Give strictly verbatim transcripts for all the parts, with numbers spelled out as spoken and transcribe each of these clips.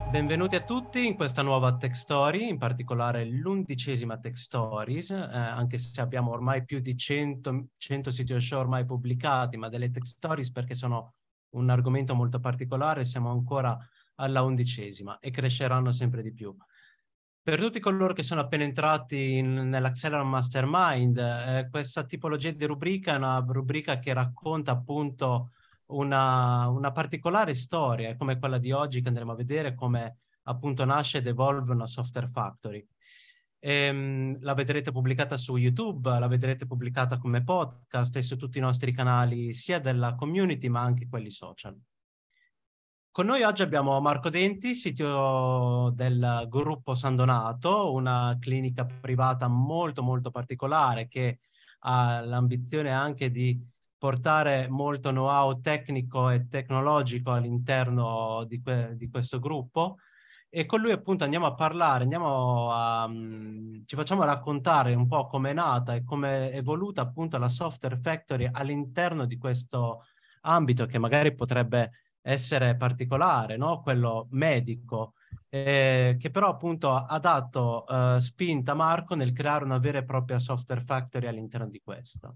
Benvenuti a tutti in questa nuova Tech Story, in particolare l'undicesima Tech Stories, eh, anche se abbiamo ormai più di cento, cento siti offshore ormai pubblicati, ma delle Tech Stories perché sono un argomento molto particolare, siamo ancora alla undicesima e cresceranno sempre di più. Per tutti coloro che sono appena entrati in, nell'Accelerate Mastermind, eh, questa tipologia di rubrica è una rubrica che racconta appunto una, una particolare storia, come quella di oggi che andremo a vedere, come appunto nasce ed evolve una software factory. Ehm, la vedrete pubblicata su YouTube, la vedrete pubblicata come podcast e su tutti i nostri canali, sia della community ma anche quelli social. Con noi oggi abbiamo Marco Denti, sito del gruppo San Donato, una clinica privata molto molto particolare che ha l'ambizione anche di portare molto know-how tecnico e tecnologico all'interno di, que di questo gruppo. E con lui appunto andiamo a parlare, andiamo a, um, ci facciamo raccontare un po' come è nata e come è evoluta appunto la software factory all'interno di questo ambito che magari potrebbe essere particolare, no? Quello medico, eh, che però appunto ha dato eh, spinta a Marco nel creare una vera e propria software factory all'interno di questo.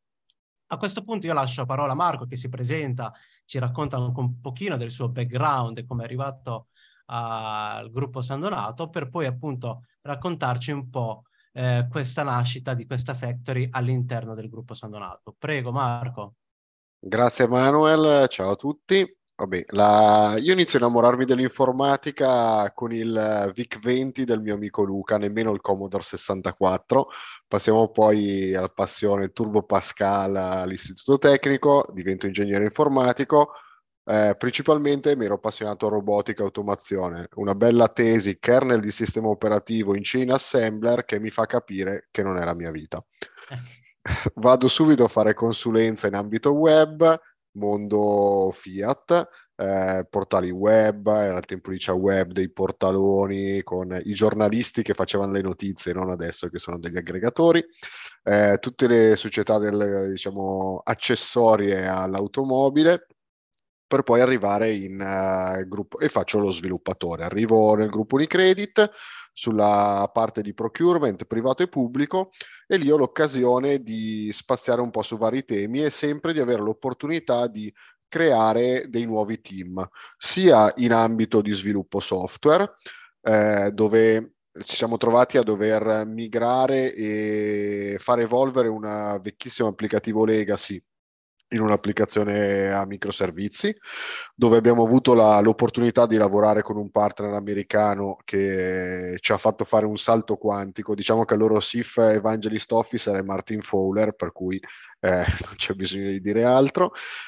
A questo punto io lascio la parola a Marco che si presenta, ci racconta un, un pochino del suo background e come è arrivato al gruppo San Donato, per poi appunto raccontarci un po' eh, questa nascita di questa factory all'interno del gruppo San Donato. Prego Marco. Grazie Manuel, ciao a tutti. Vabbè, la- io inizio a innamorarmi dell'informatica con il VIC venti del mio amico Luca, nemmeno il Commodore sessantaquattro. Passiamo poi alla passione Turbo Pascal all'Istituto Tecnico, divento ingegnere informatico. Eh, principalmente mi ero appassionato a robotica e automazione. Una bella tesi, kernel di sistema operativo in C in Assembler, che mi fa capire che non è la mia vita. Vado subito a fare consulenza in ambito web, mondo Fiat, eh, portali web, era il tempo di Ciao Web, dei portaloni con i giornalisti che facevano le notizie, non adesso che sono degli aggregatori, eh, tutte le società del, diciamo, accessorie all'automobile, per poi arrivare in uh, gruppo e faccio lo sviluppatore. Arrivo nel gruppo Unicredit sulla parte di procurement privato e pubblico e lì ho l'occasione di spaziare un po' su vari temi e sempre di avere l'opportunità di creare dei nuovi team, sia in ambito di sviluppo software, eh, dove ci siamo trovati a dover migrare e far evolvere un vecchissimo applicativo legacy in un'applicazione a microservizi, dove abbiamo avuto la, l'opportunità di lavorare con un partner americano che ci ha fatto fare un salto quantico. Diciamo che il loro S I F Evangelist Officer è Martin Fowler, per cui eh, non c'è bisogno di dire altro.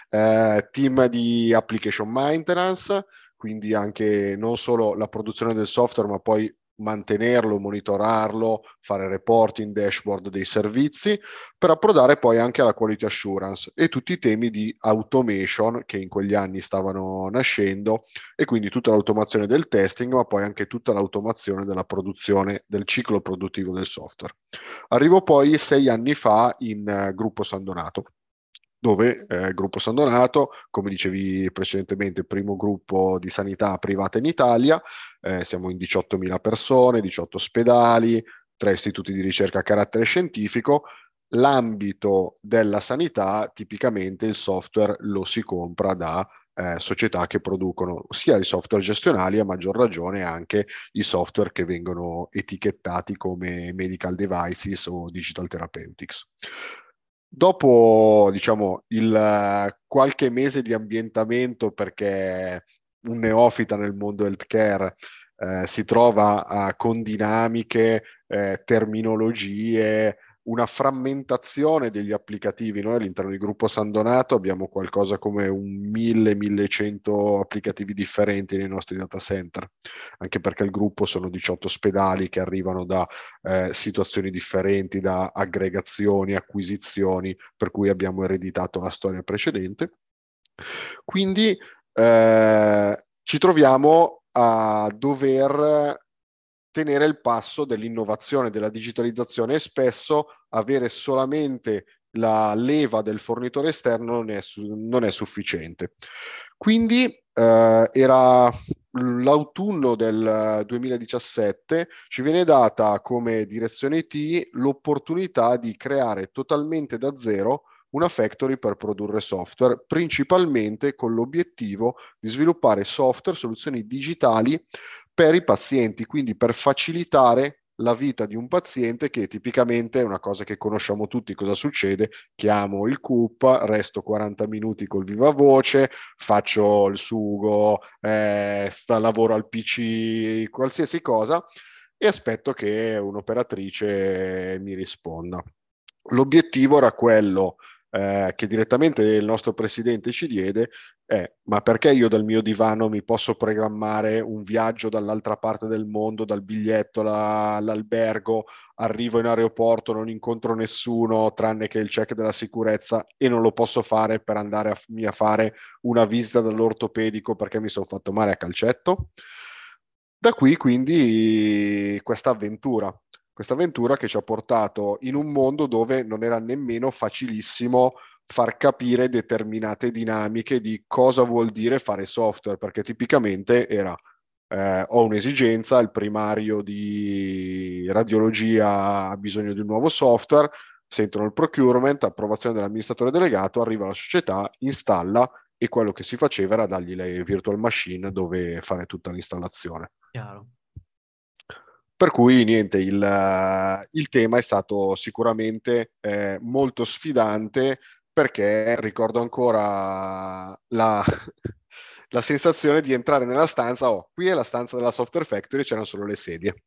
Eh, team di application maintenance, quindi anche non solo la produzione del software, ma poi mantenerlo, monitorarlo, fare reporting, dashboard dei servizi, per approdare poi anche alla quality assurance e tutti i temi di automation che in quegli anni stavano nascendo, e quindi tutta l'automazione del testing, ma poi anche tutta l'automazione della produzione del ciclo produttivo del software. Arrivo poi sei anni fa in uh, Gruppo San Donato, dove eh, il Gruppo San Donato, come dicevi precedentemente, il primo gruppo di sanità privata in Italia, eh, siamo in diciottomila persone, diciotto ospedali, tre istituti di ricerca a carattere scientifico. L'ambito della sanità, tipicamente il software lo si compra da eh, società che producono sia i software gestionali, a maggior ragione anche i software che vengono etichettati come medical devices o digital therapeutics. Dopo, diciamo, il uh, qualche mese di ambientamento, perché un neofita nel mondo healthcare eh, si trova uh, con dinamiche, eh, terminologie, una frammentazione degli applicativi. Noi all'interno del gruppo San Donato abbiamo qualcosa come un mille millecento applicativi differenti nei nostri data center, anche perché il gruppo sono diciotto ospedali che arrivano da eh, situazioni differenti, da aggregazioni, acquisizioni, per cui abbiamo ereditato la storia precedente. Quindi eh, ci troviamo a dover tenere il passo dell'innovazione, della digitalizzazione, e spesso avere solamente la leva del fornitore esterno non è, su- non è sufficiente. Quindi eh, era l'autunno del duemiladiciassette ci viene data come direzione I T l'opportunità di creare totalmente da zero una factory per produrre software, principalmente con l'obiettivo di sviluppare software, soluzioni digitali per i pazienti, quindi per facilitare la vita di un paziente, che tipicamente è una cosa che conosciamo tutti. Cosa succede? Chiamo il C U P, resto quaranta minuti col viva voce, faccio il sugo, eh, sta, lavoro al P C, qualsiasi cosa, e aspetto che un'operatrice mi risponda. L'obiettivo era quello eh, che direttamente il nostro presidente ci diede: è: ma perché io dal mio divano mi posso programmare un viaggio dall'altra parte del mondo, dal biglietto alla, all'albergo, arrivo in aeroporto, non incontro nessuno tranne che il check della sicurezza, e non lo posso fare per andare a, a fare una visita dall'ortopedico perché mi sono fatto male a calcetto? Da qui quindi questa avventura, questa avventura che ci ha portato in un mondo dove non era nemmeno facilissimo far capire determinate dinamiche di cosa vuol dire fare software, perché tipicamente era eh, ho un'esigenza, il primario di radiologia ha bisogno di un nuovo software, sentono il procurement, approvazione dell'amministratore delegato, arriva la società, installa, e quello che si faceva era dargli le virtual machine dove fare tutta l'installazione. Chiaro. Per cui niente, il, il tema è stato sicuramente eh, molto sfidante, perché ricordo ancora la, la sensazione di entrare nella stanza. Oh, qui è la stanza della Software Factory, c'erano solo le sedie.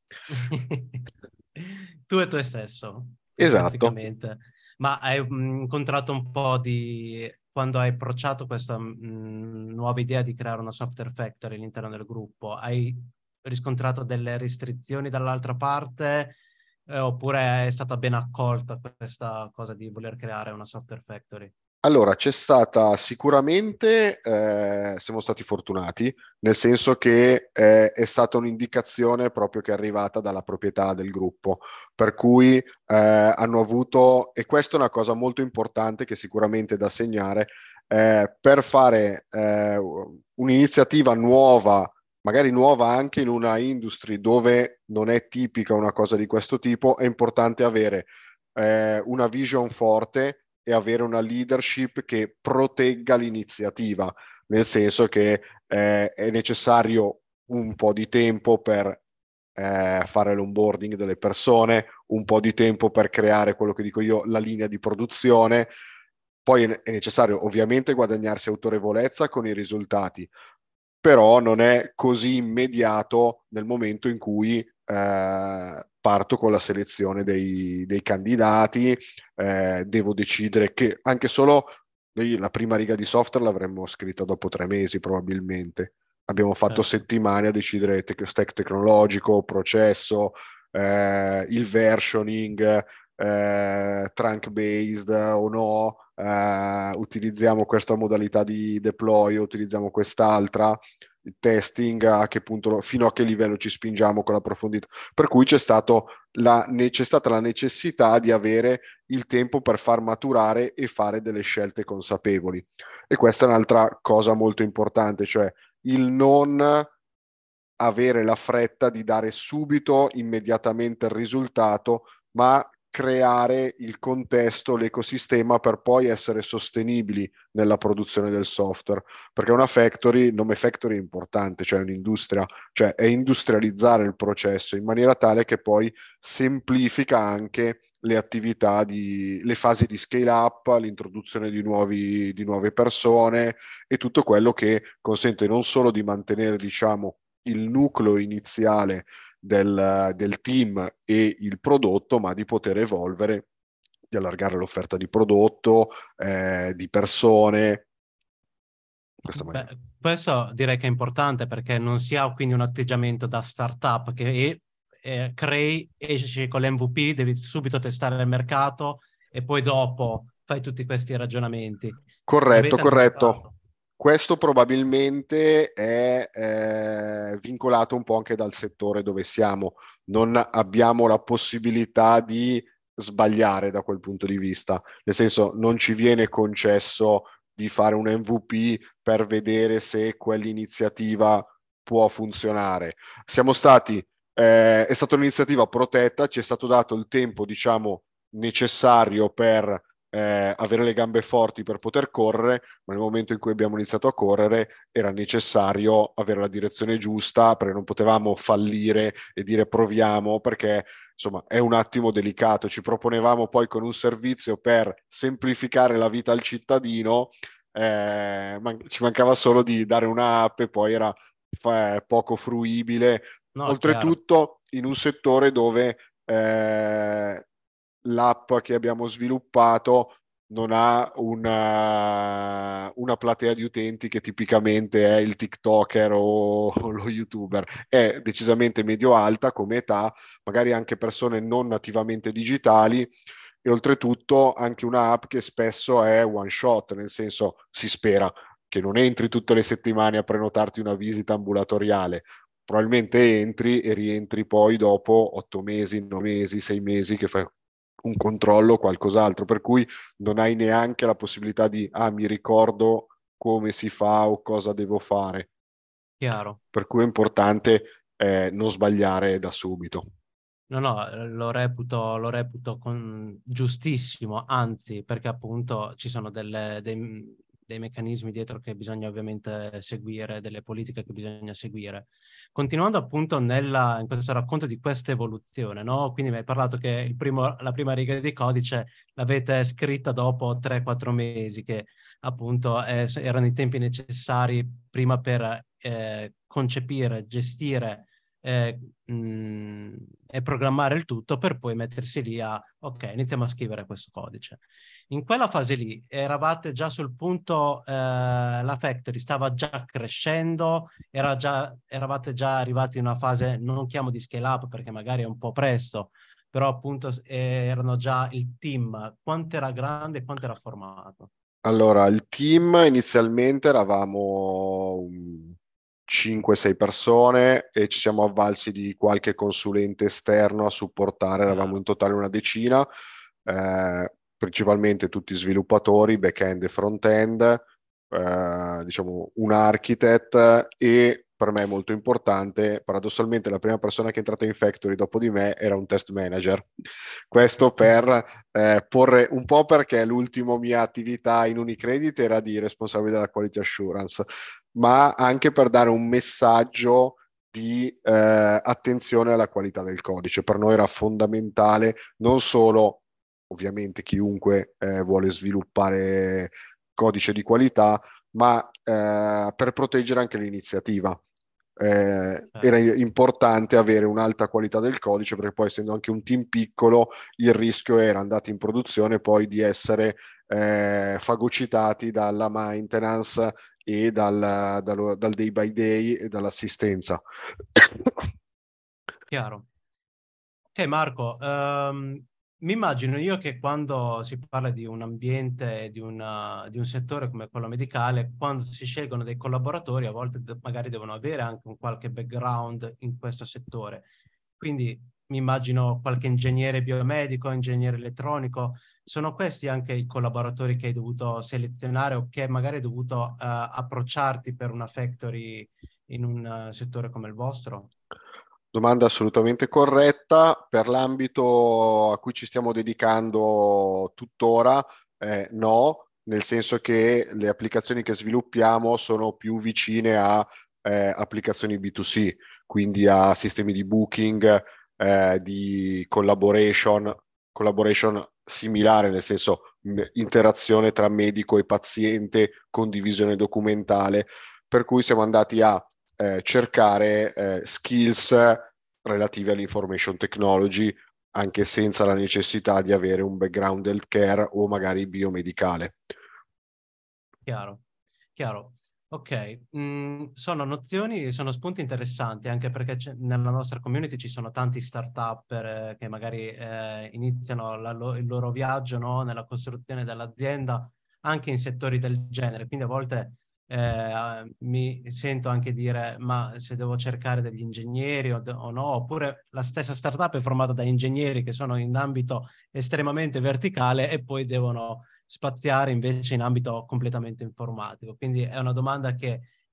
Tu e te stesso, Esatto. praticamente. Ma hai mh, incontrato un po' di... Quando hai approcciato questa mh, nuova idea di creare una software factory all'interno del gruppo, hai riscontrato delle restrizioni dall'altra parte eh, oppure è stata ben accolta questa cosa di voler creare una software factory? Allora, c'è stata sicuramente, eh, siamo stati fortunati, nel senso che eh, è stata un'indicazione proprio che è arrivata dalla proprietà del gruppo, per cui eh, hanno avuto, e questa è una cosa molto importante che sicuramente è da segnare, eh, per fare eh, un'iniziativa nuova, magari nuova anche in una industry dove non è tipica una cosa di questo tipo, è importante avere eh, una vision forte e avere una leadership che protegga l'iniziativa, nel senso che eh, è necessario un po' di tempo per eh, fare l'onboarding delle persone, un po' di tempo per creare quello che dico io, la linea di produzione. Poi è necessario ovviamente guadagnarsi autorevolezza con i risultati, però non è così immediato nel momento in cui eh, parto con la selezione dei, dei candidati. Eh, devo decidere che anche solo noi la prima riga di software l'avremmo scritta dopo tre mesi probabilmente. Abbiamo fatto Certo. settimane a decidere tec- stack tecnologico, processo, eh, il versioning, eh, trunk based o no, eh, utilizziamo questa modalità di deploy, utilizziamo quest'altra, il testing, a che punto, fino a che livello ci spingiamo con la profondità. Per cui c'è stato la, c'è stata la necessità di avere il tempo per far maturare e fare delle scelte consapevoli. E questa è un'altra cosa molto importante, cioè il non avere la fretta di dare subito, immediatamente il risultato, ma creare il contesto, l'ecosistema per poi essere sostenibili nella produzione del software. Perché una factory, nome factory è importante, cioè un'industria, cioè è industrializzare il processo in maniera tale che poi semplifica anche le attività di, le fasi di scale up, l'introduzione di nuovi, di nuove persone e tutto quello che consente non solo di mantenere, diciamo, il nucleo iniziale del, del team e il prodotto, ma di poter evolvere, di allargare l'offerta di prodotto, eh, di persone, in questa maniera. Beh, questo direi che è importante perché non si ha quindi un atteggiamento da startup che eh, crei, esci con l'M V P, devi subito testare il mercato e poi dopo fai tutti questi ragionamenti. Corretto, Avete corretto. anticipato. Questo probabilmente è eh, vincolato un po' anche dal settore dove siamo. Non abbiamo la possibilità di sbagliare da quel punto di vista. Nel senso, non ci viene concesso di fare un M V P per vedere se quell'iniziativa può funzionare. Siamo stati, eh, è stata un'iniziativa protetta, ci è stato dato il tempo, diciamo, necessario per eh, avere le gambe forti per poter correre, ma nel momento in cui abbiamo iniziato a correre era necessario avere la direzione giusta, perché non potevamo fallire e dire proviamo, perché insomma è un attimo delicato. Ci proponevamo poi con un servizio per semplificare la vita al cittadino, eh, man- ci mancava solo di dare un'app e poi era fa- poco fruibile, No, chiaro. oltretutto in un settore dove eh, l'app che abbiamo sviluppato non ha una, una platea di utenti che tipicamente è il TikToker o, o lo YouTuber, è decisamente medio-alta come età, magari anche persone non nativamente digitali e oltretutto anche una app che spesso è one shot, nel senso si spera che non entri tutte le settimane a prenotarti una visita ambulatoriale, probabilmente entri e rientri poi dopo otto mesi, nove mesi, sei mesi che fai un controllo o qualcos'altro, per cui non hai neanche la possibilità di, ah, mi ricordo come si fa o cosa devo fare. Chiaro. Per cui è importante eh, non sbagliare da subito. No, no, eh, lo reputo, lo reputo con- giustissimo, anzi, perché appunto ci sono delle- dei, dei meccanismi dietro che bisogna ovviamente seguire, delle politiche che bisogna seguire. Continuando appunto nella- in questo racconto di questa evoluzione, no? Quindi mi hai parlato che il primo- la prima riga di codice l'avete scritta dopo tre quattro mesi, che appunto eh, erano i tempi necessari prima per eh, concepire, gestire eh, mh, e programmare il tutto per poi mettersi lì a, ok, iniziamo a scrivere questo codice. In quella fase lì eravate già sul punto, eh, la factory stava già crescendo, era già, eravate già arrivati in una fase, non chiamo di scale up perché magari è un po' presto, però appunto eh, erano già il team, quanto era grande e quanto era formato. Allora, il team inizialmente eravamo un cinque sei persone e ci siamo avvalsi di qualche consulente esterno a supportare, eravamo in Chiaro, totale una decina, eh, principalmente tutti sviluppatori, back-end e front-end, eh, diciamo un architect e per me è molto importante, paradossalmente la prima persona che è entrata in Factory dopo di me era un test manager. Questo per eh, porre un po' perché l'ultima mia attività in Unicredit era di responsabile della quality assurance, ma anche per dare un messaggio di eh, attenzione alla qualità del codice. Per noi era fondamentale non solo, ovviamente, chiunque eh, vuole sviluppare codice di qualità, ma eh, per proteggere anche l'iniziativa. Eh, era certo. importante avere un'alta qualità del codice perché poi essendo anche un team piccolo il rischio era andato in produzione poi di essere eh, fagocitati dalla maintenance e dal, dal, dal day by day e dall'assistenza. Chiaro. Ok Marco, ehm, mi immagino io che quando si parla di un ambiente, di, una- di un settore come quello medicale, quando si scelgono dei collaboratori, a volte de- magari devono avere anche un qualche background in questo settore. Quindi mi immagino qualche ingegnere biomedico, ingegnere elettronico. Sono questi anche i collaboratori che hai dovuto selezionare o che magari hai dovuto eh, approcciarti per una factory in un eh, settore come il vostro? Domanda assolutamente corretta. Per l'ambito a cui ci stiamo dedicando tuttora, eh, no, nel senso che le applicazioni che sviluppiamo sono più vicine a eh, applicazioni B due C, quindi a sistemi di booking, eh, di collaboration, collaboration similare, nel senso mh, interazione tra medico e paziente, condivisione documentale, per cui siamo andati a eh, cercare eh, skills relative all'information technology, anche senza la necessità di avere un background healthcare o magari biomedicale. Chiaro, chiaro. Ok, mm, sono nozioni, sono spunti interessanti anche perché c'è- nella nostra community ci sono tanti start-up eh, che magari eh, iniziano la lo- il loro viaggio, no, nella costruzione dell'azienda anche in settori del genere. Quindi a volte eh, mi sento anche dire ma se devo cercare degli ingegneri o, o no, oppure la stessa startup è formata da ingegneri che sono in ambito estremamente verticale e poi devono spaziare invece in ambito completamente informatico. Quindi è una domanda che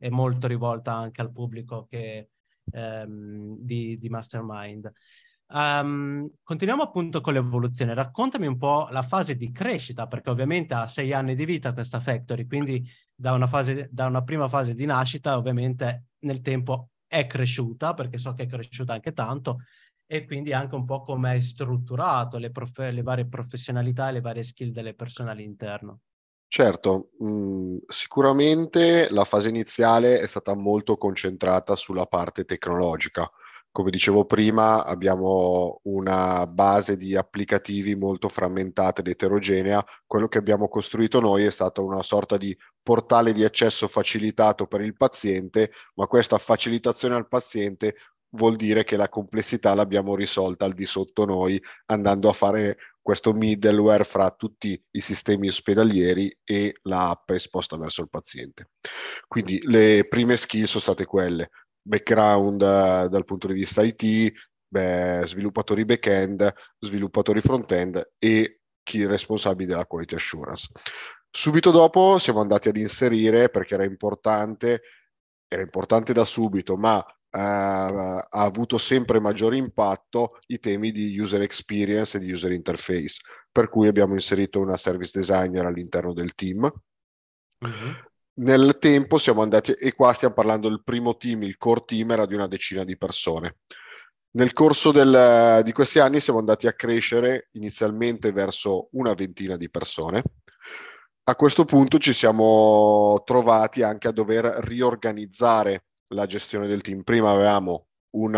è molto rivolta anche al pubblico che, ehm, di, di Mastermind. Um, continuiamo appunto con l'evoluzione. Raccontami un po' la fase di crescita, perché ovviamente ha sei anni di vita questa Factory, quindi da una fase, da una prima fase di nascita, ovviamente nel tempo è cresciuta, perché so che è cresciuta anche tanto, e quindi anche un po' come è strutturato le, prof- le varie professionalità e le varie skill delle persone all'interno. Certo, mh, sicuramente la fase iniziale è stata molto concentrata sulla parte tecnologica. Come dicevo prima, abbiamo una base di applicativi molto frammentata ed eterogenea. Quello che abbiamo costruito noi è stato una sorta di portale di accesso facilitato per il paziente, ma questa facilitazione al paziente vuol dire che la complessità l'abbiamo risolta al di sotto noi, andando a fare questo middleware fra tutti i sistemi ospedalieri e l'app esposta verso il paziente. Quindi le prime skill sono state quelle: background eh, dal punto di vista I T, beh, sviluppatori back-end, sviluppatori front-end e chi è responsabile della quality assurance. Subito dopo siamo andati ad inserire, perché era importante, era importante da subito, ma eh, ha avuto sempre maggiore impatto i temi di user experience e di user interface, per cui abbiamo inserito una service designer all'interno del team. Mhm. Nel tempo siamo andati, e qua stiamo parlando del primo team, il core team era di una decina di persone. Nel corso del, di questi anni siamo andati a crescere inizialmente verso una ventina di persone. A questo punto ci siamo trovati anche a dover riorganizzare la gestione del team. Prima avevamo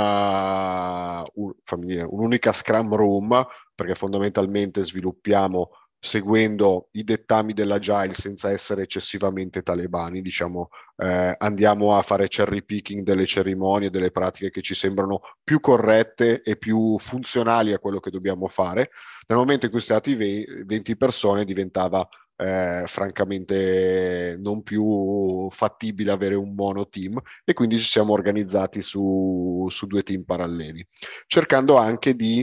una, un, fammi dire, un'unica Scrum Room, perché fondamentalmente sviluppiamo seguendo i dettami dell'agile senza essere eccessivamente talebani, diciamo, eh, andiamo a fare cherry picking delle cerimonie, delle pratiche che ci sembrano più corrette e più funzionali a quello che dobbiamo fare. Nel momento in cui siamo stati venti persone diventava eh, francamente non più fattibile avere un mono team, e quindi ci siamo organizzati su, su due team paralleli, cercando anche di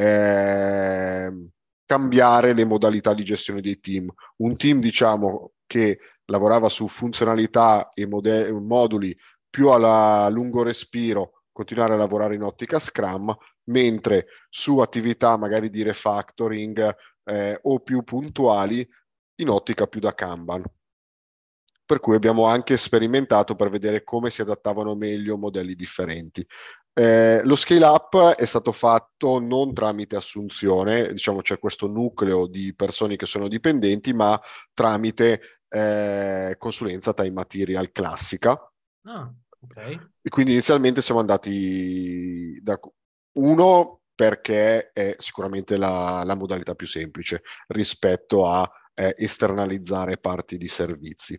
eh, cambiare le modalità di gestione dei team. Un team, diciamo, che lavorava su funzionalità e mode- moduli più a lungo respiro, continuare a lavorare in ottica Scrum, mentre su attività magari di refactoring eh, o più puntuali in ottica più da Kanban. Per cui abbiamo anche sperimentato per vedere come si adattavano meglio modelli differenti. Eh, lo scale up è stato fatto non tramite assunzione, diciamo c'è questo nucleo di persone che sono dipendenti, ma tramite eh, consulenza time material classica. Ah, ok. E quindi inizialmente siamo andati da uno, perché è sicuramente la, la modalità più semplice rispetto a eh, esternalizzare parti di servizi.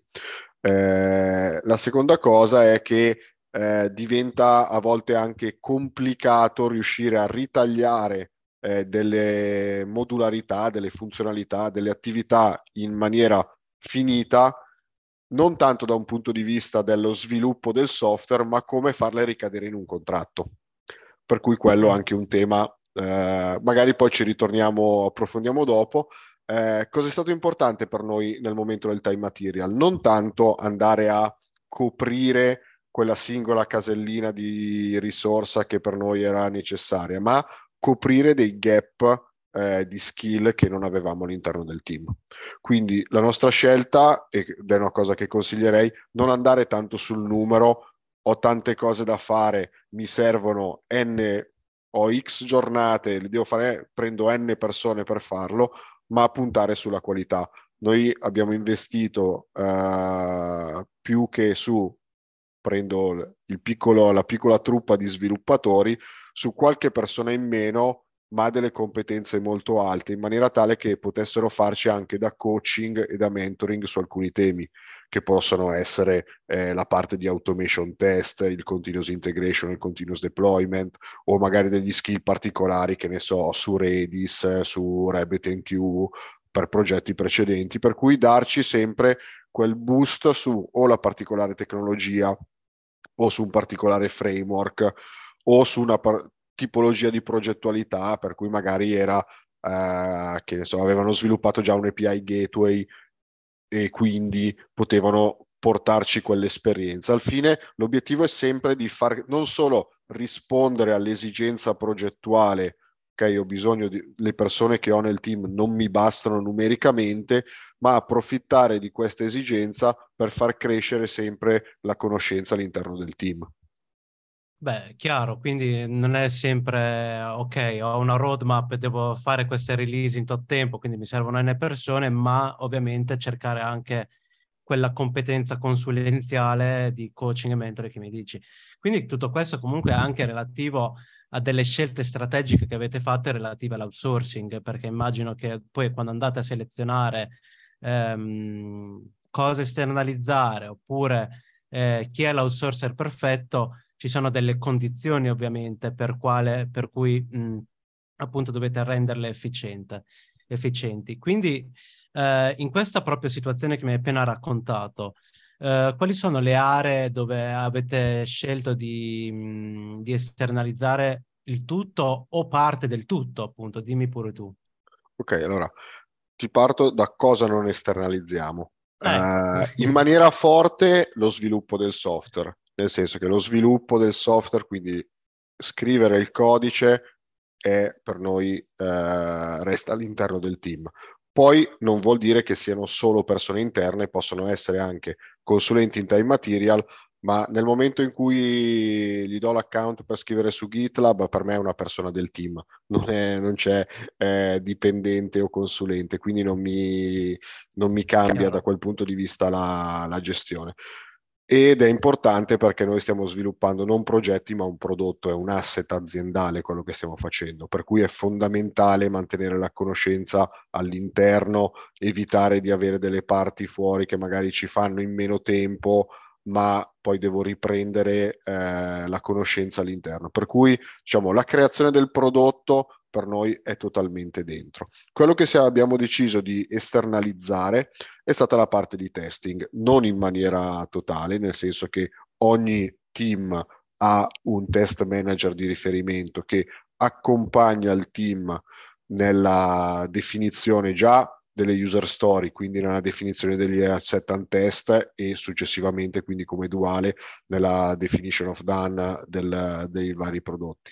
Eh, la seconda cosa è che eh, diventa a volte anche complicato riuscire a ritagliare eh, delle modularità, delle funzionalità, delle attività in maniera finita, non tanto da un punto di vista dello sviluppo del software, ma come farle ricadere in un contratto. Per cui quello è Mm. anche un tema, eh, magari poi ci ritorniamo, approfondiamo dopo. Eh, cosa è stato importante per noi nel momento del time material? Non tanto andare a coprire quella singola casellina di risorsa che per noi era necessaria, ma coprire dei gap eh, di skill che non avevamo all'interno del team. Quindi la nostra scelta, ed è una cosa che consiglierei, non andare tanto sul numero: ho tante cose da fare, mi servono N, ho X giornate, le devo fare, prendo N persone per farlo, ma puntare sulla qualità. Noi abbiamo investito uh, più che su, prendo il piccolo, la piccola truppa di sviluppatori, su qualche persona in meno, ma delle competenze molto alte, in maniera tale che potessero farci anche da coaching e da mentoring su alcuni temi, che possono essere eh, la parte di automation test, il continuous integration, il continuous deployment, o magari degli skill particolari, che ne so, su Redis, su RabbitMQ, per progetti precedenti, per cui darci sempre quel boost su o la particolare tecnologia o su un particolare framework o su una par- tipologia di progettualità, per cui magari era, eh, che ne so, avevano sviluppato già un A P I gateway e quindi potevano portarci quell'esperienza. Al fine, l'obiettivo è sempre di far non solo rispondere all'esigenza progettuale, ok, ho bisogno di le persone che ho nel team non mi bastano numericamente, ma approfittare di questa esigenza per far crescere sempre la conoscenza all'interno del team. Beh, chiaro, quindi non è sempre ok, ho una roadmap e devo fare queste release in tot tempo, quindi mi servono N persone, ma ovviamente cercare anche quella competenza consulenziale di coaching e mentoring che mi dici. Quindi tutto questo comunque è anche relativo a delle scelte strategiche che avete fatte relative all'outsourcing, perché immagino che poi quando andate a selezionare ehm, cosa esternalizzare oppure eh, chi è l'outsourcer perfetto, ci sono delle condizioni ovviamente per, quale, per cui mh, appunto dovete renderle efficiente, efficienti. Quindi eh, in questa propria situazione che mi hai appena raccontato, eh, quali sono le aree dove avete scelto di, mh, di esternalizzare il tutto o parte del tutto, appunto? Dimmi pure tu. Ok, allora ti parto da cosa non esternalizziamo. Ecco. Eh, in maniera forte lo sviluppo del software, nel senso che lo sviluppo del software, quindi scrivere il codice, è per noi eh, resta all'interno del team. Poi non vuol dire che siano solo persone interne, possono essere anche consulenti in time material, ma nel momento in cui gli do l'account per scrivere su GitLab, per me è una persona del team, non, è, non c'è eh, dipendente o consulente, quindi non mi, non mi cambia da Chiaro. quel punto di vista la, la gestione. Ed è importante perché noi stiamo sviluppando non progetti, ma un prodotto, è un asset aziendale quello che stiamo facendo, per cui è fondamentale mantenere la conoscenza all'interno, evitare di avere delle parti fuori che magari ci fanno in meno tempo, ma poi devo riprendere eh, la conoscenza all'interno. Per cui, diciamo, la creazione del prodotto per noi è totalmente dentro. Quello che abbiamo deciso di esternalizzare è stata la parte di testing, non in maniera totale, nel senso che ogni team ha un test manager di riferimento che accompagna il team nella definizione già delle user story, quindi nella definizione degli asset and test e successivamente, quindi come duale, nella definition of done del, dei vari prodotti.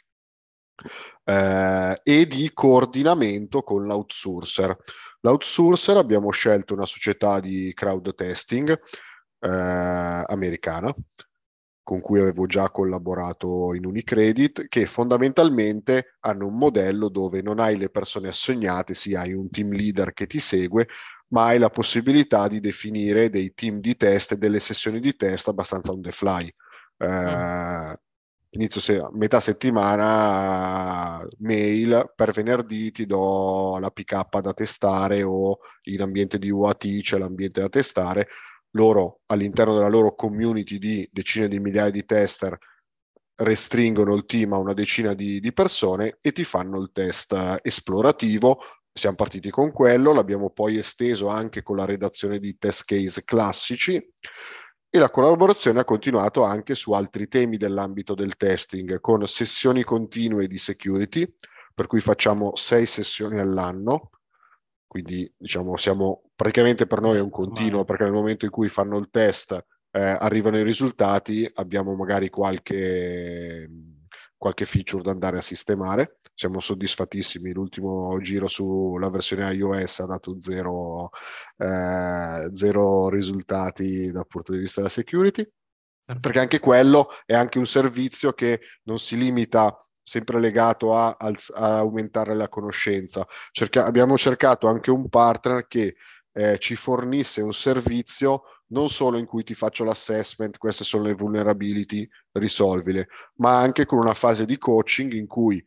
Eh, e di coordinamento con l'outsourcer. L'outsourcer abbiamo scelto una società di crowd testing eh, americana, con cui avevo già collaborato in Unicredit, che fondamentalmente hanno un modello dove non hai le persone assegnate, sì, hai un team leader che ti segue, ma hai la possibilità di definire dei team di test e delle sessioni di test abbastanza on the fly. Mm. Eh, inizio se- metà settimana mail, per venerdì ti do la P K da testare o in ambiente di U A T c'è l'ambiente da testare. Loro all'interno della loro community di decine di migliaia di tester restringono il team a una decina di, di persone e ti fanno il test eh, esplorativo. Siamo partiti con quello, l'abbiamo poi esteso anche con la redazione di test case classici e la collaborazione ha continuato anche su altri temi dell'ambito del testing, con sessioni continue di security, per cui facciamo sei sessioni all'anno, quindi diciamo siamo praticamente, per noi è Beh, un continuo, ormai. perché nel momento in cui fanno il test eh, arrivano i risultati, abbiamo magari qualche, qualche feature da andare a sistemare. Siamo soddisfattissimi, l'ultimo giro sulla versione iOS ha dato zero, eh, zero risultati dal punto di vista della security, perché anche Perfetto. quello è anche un servizio che non si limita sempre legato a, a, a aumentare la conoscenza. Cerca, abbiamo cercato anche un partner che eh, ci fornisse un servizio non solo in cui ti faccio l'assessment, queste sono le vulnerability, risolvile, ma anche con una fase di coaching in cui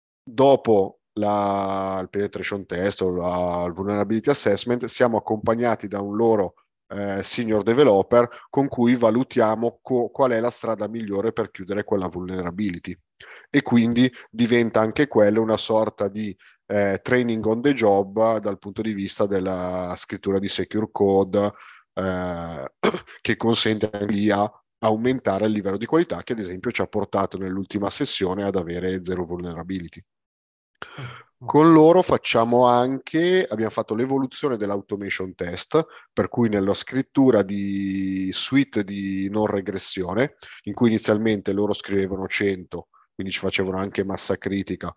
dopo la, il penetration test o la, il vulnerability assessment siamo accompagnati da un loro eh, senior developer con cui valutiamo co- qual è la strada migliore per chiudere quella vulnerability. E quindi diventa anche quello una sorta di eh, training on the job dal punto di vista della scrittura di secure code eh, che consente anche di a aumentare il livello di qualità che ad esempio ci ha portato nell'ultima sessione ad avere zero vulnerability. Mm, Con loro facciamo anche, abbiamo fatto l'evoluzione dell'automation test, per cui nella scrittura di suite di non regressione, in cui inizialmente loro scrivevano cento, quindi ci facevano anche massa critica,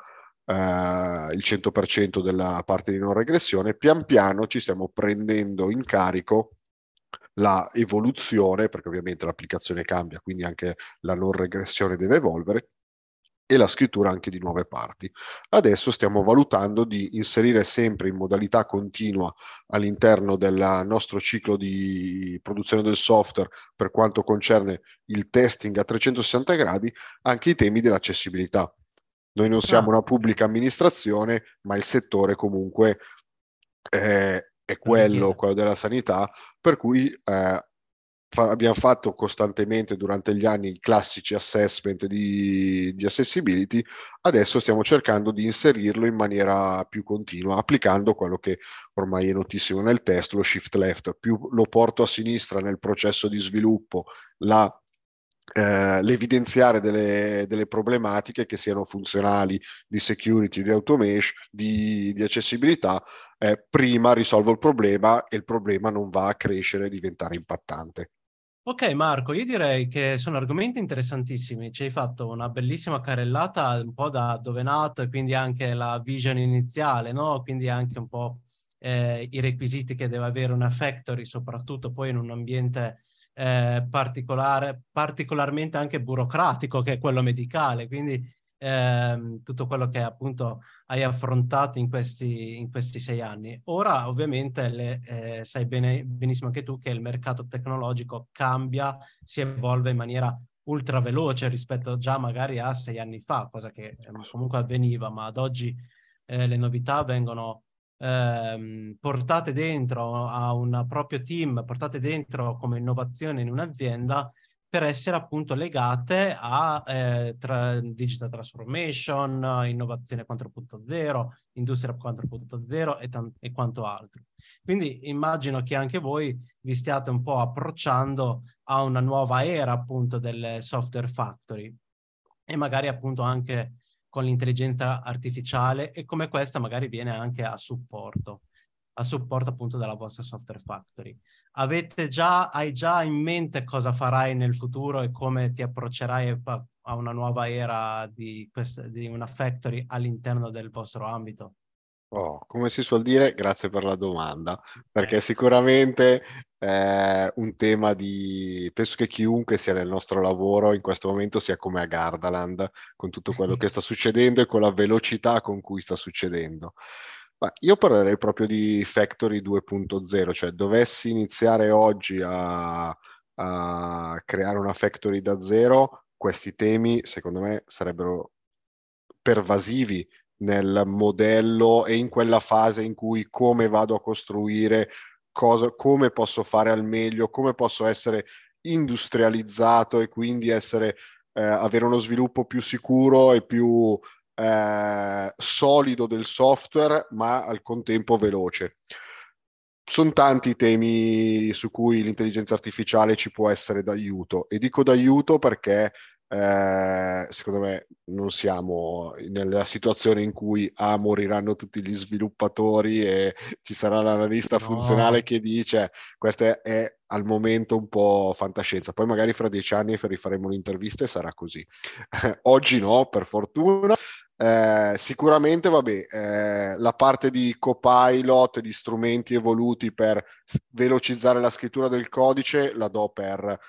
eh, il cento per cento della parte di non regressione, pian piano ci stiamo prendendo in carico la evoluzione, perché ovviamente l'applicazione cambia, quindi anche la non regressione deve evolvere, e la scrittura anche di nuove parti. Adesso stiamo valutando di inserire sempre in modalità continua all'interno del nostro ciclo di produzione del software, per quanto concerne il testing a trecentosessanta gradi, anche i temi dell'accessibilità. Noi non siamo Ah, una ok. pubblica amministrazione, ma il settore comunque è, è Lo quello, richiede. quello della sanità, per cui eh, fa- abbiamo fatto costantemente durante gli anni i classici assessment di, di accessibility. Adesso stiamo cercando di inserirlo in maniera più continua, applicando quello che ormai è notissimo nel test, lo shift left. Più lo porto a sinistra nel processo di sviluppo, la eh, l'evidenziare delle, delle problematiche che siano funzionali, di security, di automation, di, di accessibilità, eh, prima risolvo il problema e il problema non va a crescere e diventare impattante. Ok Marco, io direi che sono argomenti interessantissimi, ci hai fatto una bellissima carrellata un po' da dove è nato e quindi anche la vision iniziale, no? Quindi anche un po' eh, i requisiti che deve avere una factory, soprattutto poi in un ambiente eh, particolare, particolarmente anche burocratico che è quello medicale, quindi ehm, tutto quello che appunto hai affrontato in questi, in questi sei anni. Ora, ovviamente, le, eh, sai bene, benissimo anche tu che il mercato tecnologico cambia, si evolve in maniera ultra veloce rispetto già magari a sei anni fa, cosa che ehm, comunque avveniva, ma ad oggi eh, le novità vengono ehm, portate dentro a un proprio team, portate dentro come innovazione in un'azienda per essere appunto legate a eh, tra digital transformation, innovazione quattro punto zero, industria quattro punto zero e, e quanto altro. Quindi immagino che anche voi vi stiate un po' approcciando a una nuova era appunto delle software factory e magari appunto anche con l'intelligenza artificiale e come questa magari viene anche a supporto, a supporto appunto della vostra software factory. Avete già, hai già in mente cosa farai nel futuro e come ti approccerai a, a una nuova era di, questa, di una factory all'interno del vostro ambito? Oh, come si suol dire, grazie per la domanda, perché Eh, sicuramente è un tema di... Penso che chiunque sia nel nostro lavoro in questo momento sia come a Gardaland, con tutto quello che sta succedendo e con la velocità con cui sta succedendo. Ma io parlerei proprio di Factory due punto zero, cioè dovessi iniziare oggi a, a creare una factory da zero, questi temi secondo me sarebbero pervasivi nel modello e in quella fase in cui come vado a costruire, cosa, come posso fare al meglio, come posso essere industrializzato e quindi essere, eh, avere uno sviluppo più sicuro e più eh, solido del software, ma al contempo veloce. Sono tanti i temi su cui l'intelligenza artificiale ci può essere d'aiuto e dico d'aiuto perché eh, secondo me non siamo nella situazione in cui ah, moriranno tutti gli sviluppatori e ci sarà l'analista funzionale no, che dice questa è al momento un po' fantascienza, poi magari fra dieci anni rifaremo un'intervista e sarà così. Oggi no, per fortuna. Eh, sicuramente, vabbè, eh, la parte di copilot, di strumenti evoluti per s- velocizzare la scrittura del codice, la do per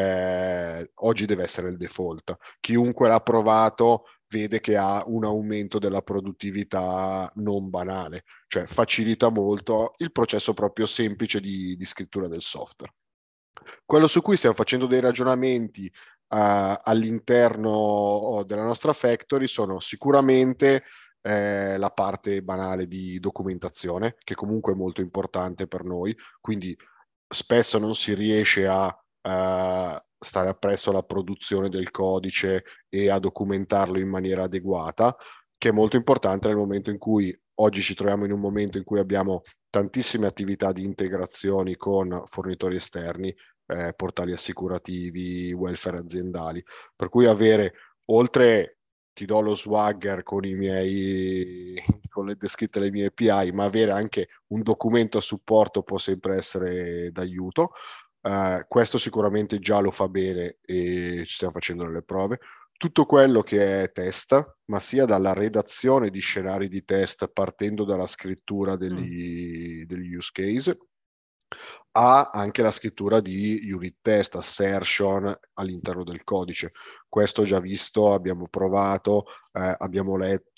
eh, oggi deve essere il default. Chiunque l'ha provato vede che ha un aumento della produttività non banale, cioè facilita molto il processo proprio semplice di, di scrittura del software. Quello su cui stiamo facendo dei ragionamenti Uh, all'interno oh, della nostra factory sono sicuramente eh, la parte banale di documentazione, che comunque è molto importante per noi, quindi spesso non si riesce a uh, stare appresso alla produzione del codice e a documentarlo in maniera adeguata, che è molto importante nel momento in cui oggi ci troviamo in un momento in cui abbiamo tantissime attività di integrazioni con fornitori esterni, eh, portali assicurativi, welfare aziendali, per cui avere oltre ti do lo Swagger con i miei, con le descritte le mie A P I, ma avere anche un documento a supporto può sempre essere d'aiuto. Uh, questo sicuramente già lo fa bene e ci stiamo facendo delle prove. Tutto quello che è test, ma sia dalla redazione di scenari di test partendo dalla scrittura degli, mm. degli use case, ha anche la scrittura di unit test, assertion all'interno del codice. Questo già visto, abbiamo provato, eh, abbiamo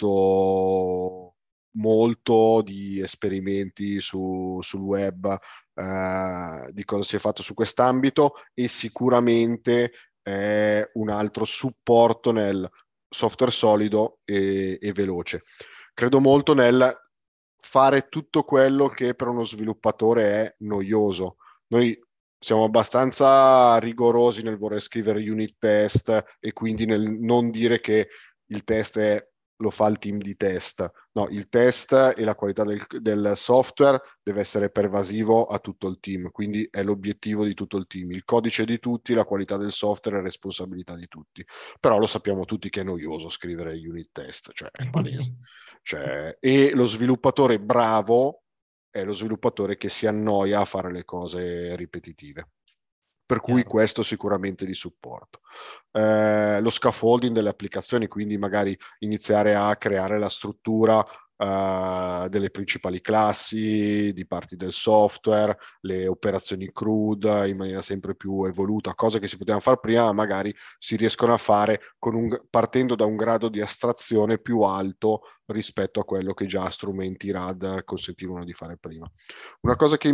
letto molto di esperimenti su, sul web, eh, di cosa si è fatto su quest'ambito, e sicuramente è un altro supporto nel software solido e, e veloce. Credo molto nel fare tutto quello che per uno sviluppatore è noioso. Noi siamo abbastanza rigorosi nel voler scrivere unit test e quindi nel non dire che il test è, lo fa il team di test. No, il test e la qualità del, del software deve essere pervasivo a tutto il team, quindi è l'obiettivo di tutto il team. Il codice di tutti, la qualità del software è responsabilità di tutti. Però lo sappiamo tutti che è noioso scrivere unit test, cioè è palese. Cioè, e lo sviluppatore bravo è lo sviluppatore che si annoia a fare le cose ripetitive. Per cui Chiaro. questo sicuramente di supporto. Eh, lo scaffolding delle applicazioni, quindi magari iniziare a creare la struttura eh, delle principali classi, di parti del software, le operazioni CRUD in maniera sempre più evoluta, cose che si potevano fare prima, magari si riescono a fare con un, partendo da un grado di astrazione più alto rispetto a quello che già strumenti R A D consentivano di fare prima. Una cosa che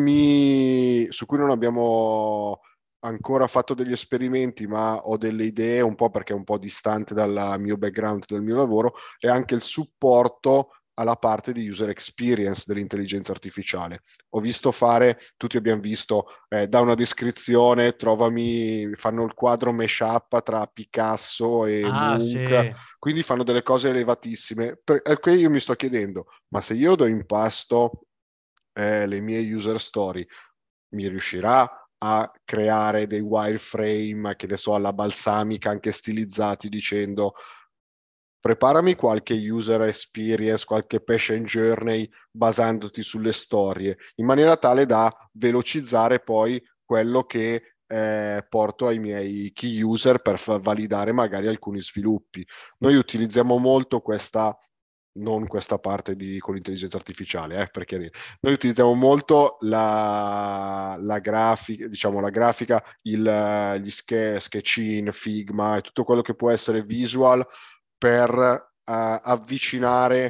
mi, su cui non abbiamo ancora fatto degli esperimenti, ma ho delle idee, un po' perché è un po' distante dal mio background, del mio lavoro, è anche il supporto alla parte di user experience dell'intelligenza artificiale. Ho visto fare, tutti abbiamo visto, eh, da una descrizione, trovami, fanno il quadro mashup tra Picasso e Ah, Munch, sì. quindi fanno delle cose elevatissime. Per, eh, io mi sto chiedendo, ma se io do in pasto eh, le mie user story, mi riuscirà a creare dei wireframe, che ne so, alla balsamica, anche stilizzati, dicendo preparami qualche user experience, qualche patient journey basandoti sulle storie, in maniera tale da velocizzare poi quello che eh, porto ai miei key user per fa- validare magari alcuni sviluppi. Noi utilizziamo molto questa, non questa parte di, con l'intelligenza artificiale, eh, perché noi utilizziamo molto la, la grafica, diciamo la grafica, il, gli ske, Sketching, Figma e tutto quello che può essere visual per uh, avvicinare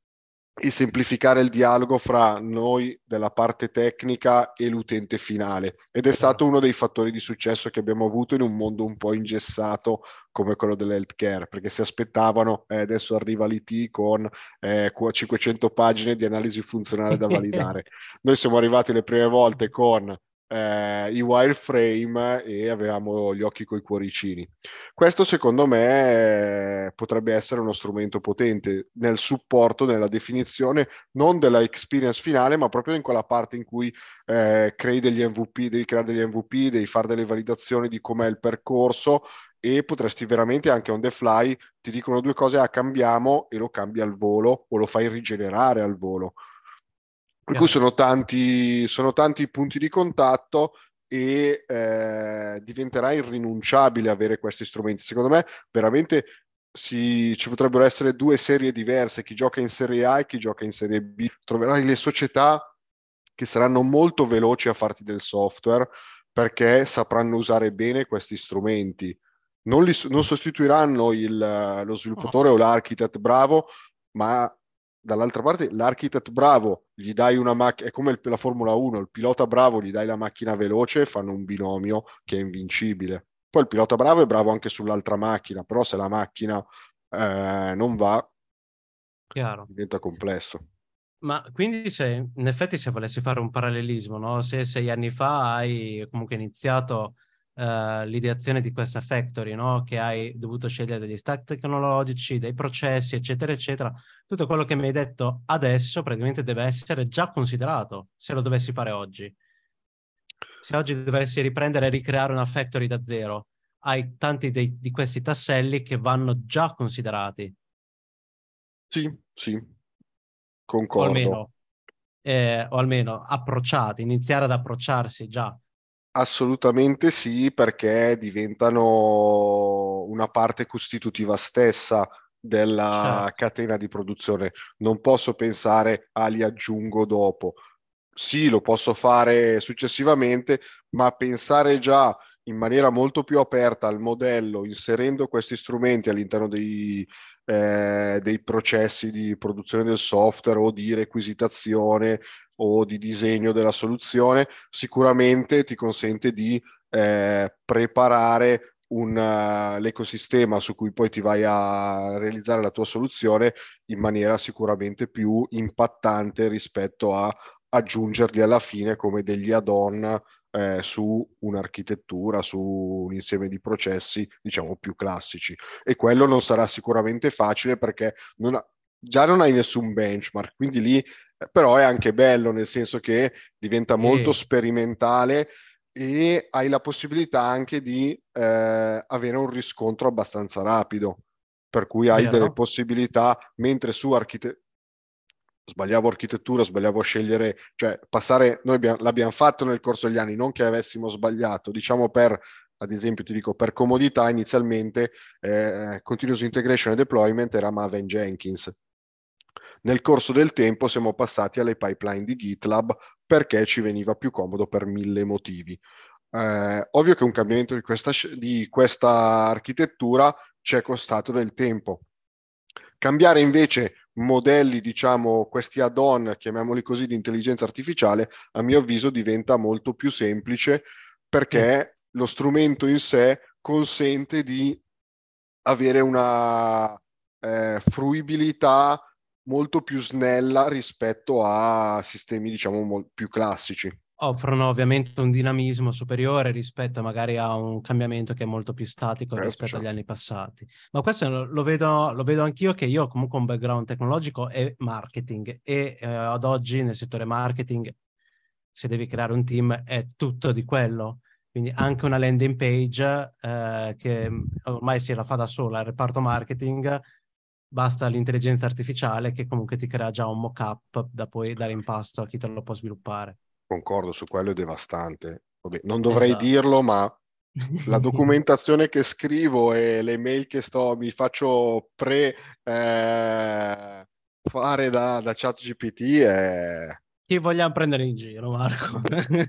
e semplificare il dialogo fra noi della parte tecnica e l'utente finale. Ed è stato uno dei fattori di successo che abbiamo avuto in un mondo un po' ingessato come quello dell'healthcare, perché si aspettavano, eh, adesso arriva l'I T con eh, cinquecento pagine di analisi funzionale da validare. Noi siamo arrivati le prime volte con eh, i wireframe e avevamo gli occhi coi cuoricini. Questo secondo me eh, potrebbe essere uno strumento potente nel supporto, nella definizione non della experience finale, ma proprio in quella parte in cui eh, crei degli M V P, devi creare degli M V P, devi fare delle validazioni di com'è il percorso e potresti veramente anche on the fly, ti dicono due cose, ah, cambiamo e lo cambi al volo o lo fai rigenerare al volo. Per cui sono tanti, sono tanti punti di contatto e eh, diventerà irrinunciabile avere questi strumenti. Secondo me veramente si, ci potrebbero essere due serie diverse, chi gioca in Serie A e chi gioca in Serie B. Troverai le società che saranno molto veloci a farti del software perché sapranno usare bene questi strumenti. Non, li, non sostituiranno il, lo sviluppatore o l'architect bravo, ma dall'altra parte l'architect bravo gli dai una macchina, è come il, la Formula uno, il pilota bravo gli dai la macchina veloce e fanno un binomio che è invincibile. Poi il pilota bravo è bravo anche sull'altra macchina, però se la macchina eh, non va, Chiaro. diventa complesso. Ma quindi se in effetti se volessi fare un parallelismo, no? Se sei anni fa hai comunque iniziato eh, l'ideazione di questa factory, no? Che hai dovuto scegliere degli stack tecnologici, dei processi, eccetera, eccetera, tutto quello che mi hai detto adesso praticamente deve essere già considerato se lo dovessi fare oggi. Se oggi dovessi riprendere e ricreare una factory da zero, hai tanti dei, di questi tasselli che vanno già considerati. Sì, sì, O concordo. almeno, eh, o almeno approcciati, iniziare ad approcciarsi già. Assolutamente sì, perché diventano una parte costitutiva stessa della Certo. catena di produzione. Non posso pensare, ah, li aggiungo dopo. Sì, lo posso fare successivamente, ma pensare già in maniera molto più aperta al modello, inserendo questi strumenti all'interno dei, eh, dei processi di produzione del software o di requisitazione o di disegno della soluzione, sicuramente ti consente di eh, preparare un, eh, l'ecosistema su cui poi ti vai a realizzare la tua soluzione in maniera sicuramente più impattante rispetto a aggiungerli alla fine come degli add-on eh, su un'architettura, su un insieme di processi, diciamo, più classici. E quello non sarà sicuramente facile perché non ha- già non hai nessun benchmark, quindi lì eh, però è anche bello, nel senso che diventa molto Sì, sperimentale e hai la possibilità anche di eh, avere un riscontro abbastanza rapido, per cui hai delle vero? possibilità, mentre su architettura sbagliavo architettura, sbagliavo a scegliere, cioè passare, noi abbiamo, l'abbiamo fatto nel corso degli anni, non che avessimo sbagliato, diciamo per, ad esempio ti dico, per comodità inizialmente eh, Continuous Integration e Deployment era Maven Jenkins. Nel corso del tempo siamo passati alle pipeline di GitLab perché ci veniva più comodo per mille motivi. Eh, ovvio che un cambiamento di questa, di questa architettura ci è costato del tempo. Cambiare invece modelli, diciamo, questi add-on, chiamiamoli così, di intelligenza artificiale, a mio avviso diventa molto più semplice Sì. perché lo strumento in sé consente di avere una eh, fruibilità molto più snella rispetto a sistemi, diciamo, mol- più classici. Offrono ovviamente un dinamismo superiore rispetto magari a un cambiamento che è molto più statico Certo, rispetto agli certo. anni passati. Ma questo lo lo vedo, lo vedo anch'io, che io ho comunque un background tecnologico e marketing e eh, ad oggi nel settore marketing, se devi creare un team, è tutto di quello. Quindi anche una landing page eh, che ormai si la fa da sola, il reparto marketing, basta l'intelligenza artificiale che comunque ti crea già un mock-up da poi dare in pasto a chi te lo può sviluppare. Concordo, su quello è devastante. Vabbè, non dovrei Esatto. dirlo, ma la documentazione che scrivo e le mail che sto, mi faccio pre eh, fare da, da ChatGPT è... Chi vogliamo prendere in giro, Marco?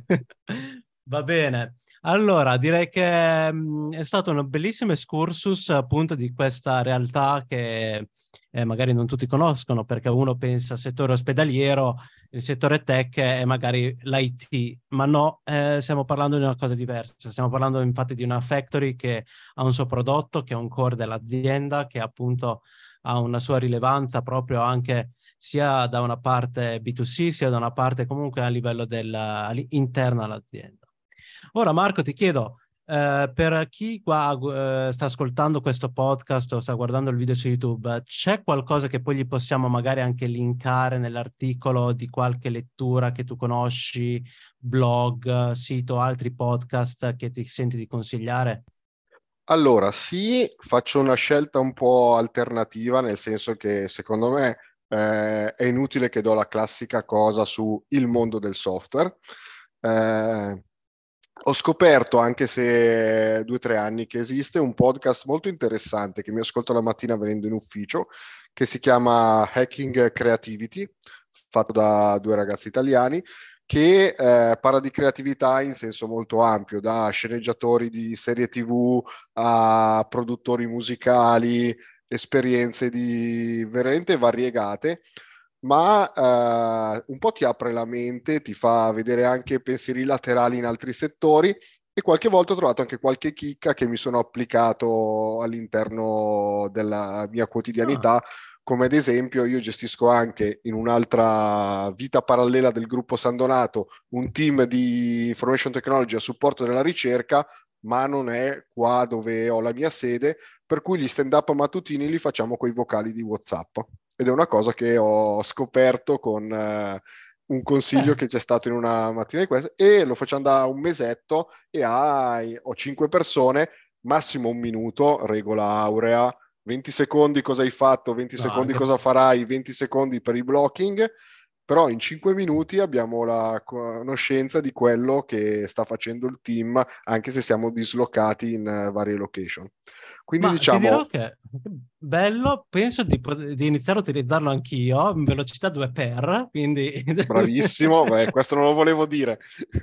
Va bene. Allora, direi che mh, è stato un bellissimo excursus appunto di questa realtà che eh, magari non tutti conoscono, perché uno pensa al settore ospedaliero, il settore tech è magari l'I T, ma no, eh, stiamo parlando di una cosa diversa. Stiamo parlando infatti di una factory che ha un suo prodotto, che è un core dell'azienda, che appunto ha una sua rilevanza proprio anche sia da una parte B due C, sia da una parte comunque a livello del, interno all'azienda. Ora Marco ti chiedo, eh, per chi qua eh, sta ascoltando questo podcast o sta guardando il video su YouTube, c'è qualcosa che poi gli possiamo magari anche linkare nell'articolo di qualche lettura che tu conosci, blog, sito, altri podcast che ti senti di consigliare? Allora, sì, faccio una scelta un po' alternativa, nel senso che secondo me eh, è inutile che do la classica cosa su il mondo del software. Eh, Ho scoperto, anche se è due o tre anni che esiste, un podcast molto interessante che mi ascolto la mattina venendo in ufficio, che si chiama Hacking Creativity, fatto da due ragazzi italiani, che eh, parla di creatività in senso molto ampio, da sceneggiatori di serie T V a produttori musicali, esperienze di veramente variegate, ma eh, un po' ti apre la mente, ti fa vedere anche pensieri laterali in altri settori e qualche volta ho trovato anche qualche chicca che mi sono applicato all'interno della mia Ah, quotidianità, come ad esempio io gestisco anche in un'altra vita parallela del gruppo San Donato un team di information technology a supporto della ricerca, ma non è qua dove ho la mia sede, per cui gli stand-up mattutini li facciamo con i vocali di WhatsApp. Ed è una cosa che ho scoperto con eh, un consiglio beh, che c'è stato in una mattina di queste e lo facciamo da un mesetto e hai, ho cinque persone, massimo un minuto, regola aurea, venti secondi cosa hai fatto, venti No, secondi anche... cosa farai, venti secondi per i blocking, però in cinque minuti abbiamo la conoscenza di quello che sta facendo il team, anche se siamo dislocati in uh, varie location. Quindi Ma ti dirò diciamo, che bello, penso di, pot- di iniziare a utilizzarlo anch'io in velocità due per, quindi... bravissimo, beh, questo non lo volevo dire.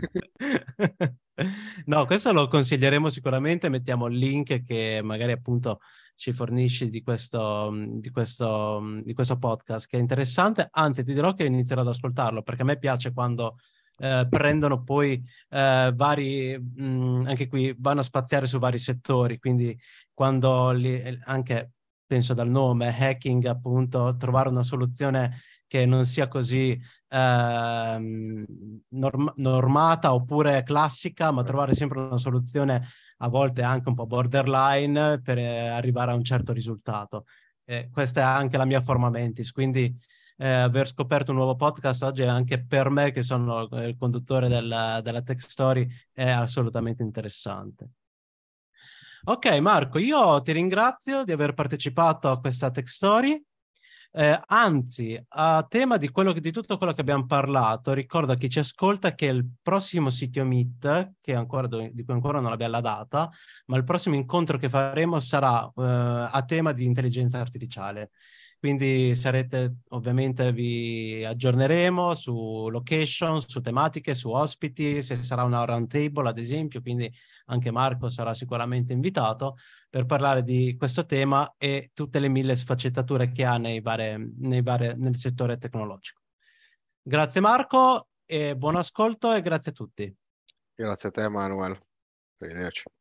No, questo lo consiglieremo sicuramente, mettiamo il link che magari appunto ci fornisci di questo, di questo, di questo podcast che è interessante, anzi ti dirò che inizierò ad ascoltarlo perché a me piace quando eh, prendono poi eh, vari, mh, anche qui vanno a spaziare su vari settori, quindi quando li, anche penso dal nome, hacking appunto, trovare una soluzione che non sia così ehm, norm- normata oppure classica, ma trovare sempre una soluzione a volte anche un po' borderline per eh, arrivare a un certo risultato. Eh, questa è anche la mia forma mentis, quindi eh, aver scoperto un nuovo podcast oggi anche per me, che sono eh, il conduttore della, della Tech Story, è assolutamente interessante. Ok, Marco, io ti ringrazio di aver partecipato a questa Tech Story. Eh, anzi, a tema di, quello che, di tutto quello che abbiamo parlato, ricordo a chi ci ascolta che il prossimo sito Meet, che ancora, di cui ancora non abbiamo la data, ma il prossimo incontro che faremo sarà eh, a tema di intelligenza artificiale. Quindi sarete, ovviamente vi aggiorneremo su location, su tematiche, su ospiti, se sarà una round table ad esempio, quindi anche Marco sarà sicuramente invitato per parlare di questo tema e tutte le mille sfaccettature che ha nei vari, nei vari, nel settore tecnologico. Grazie Marco e buon ascolto e grazie a tutti. Grazie a te, Manuel. Arrivederci.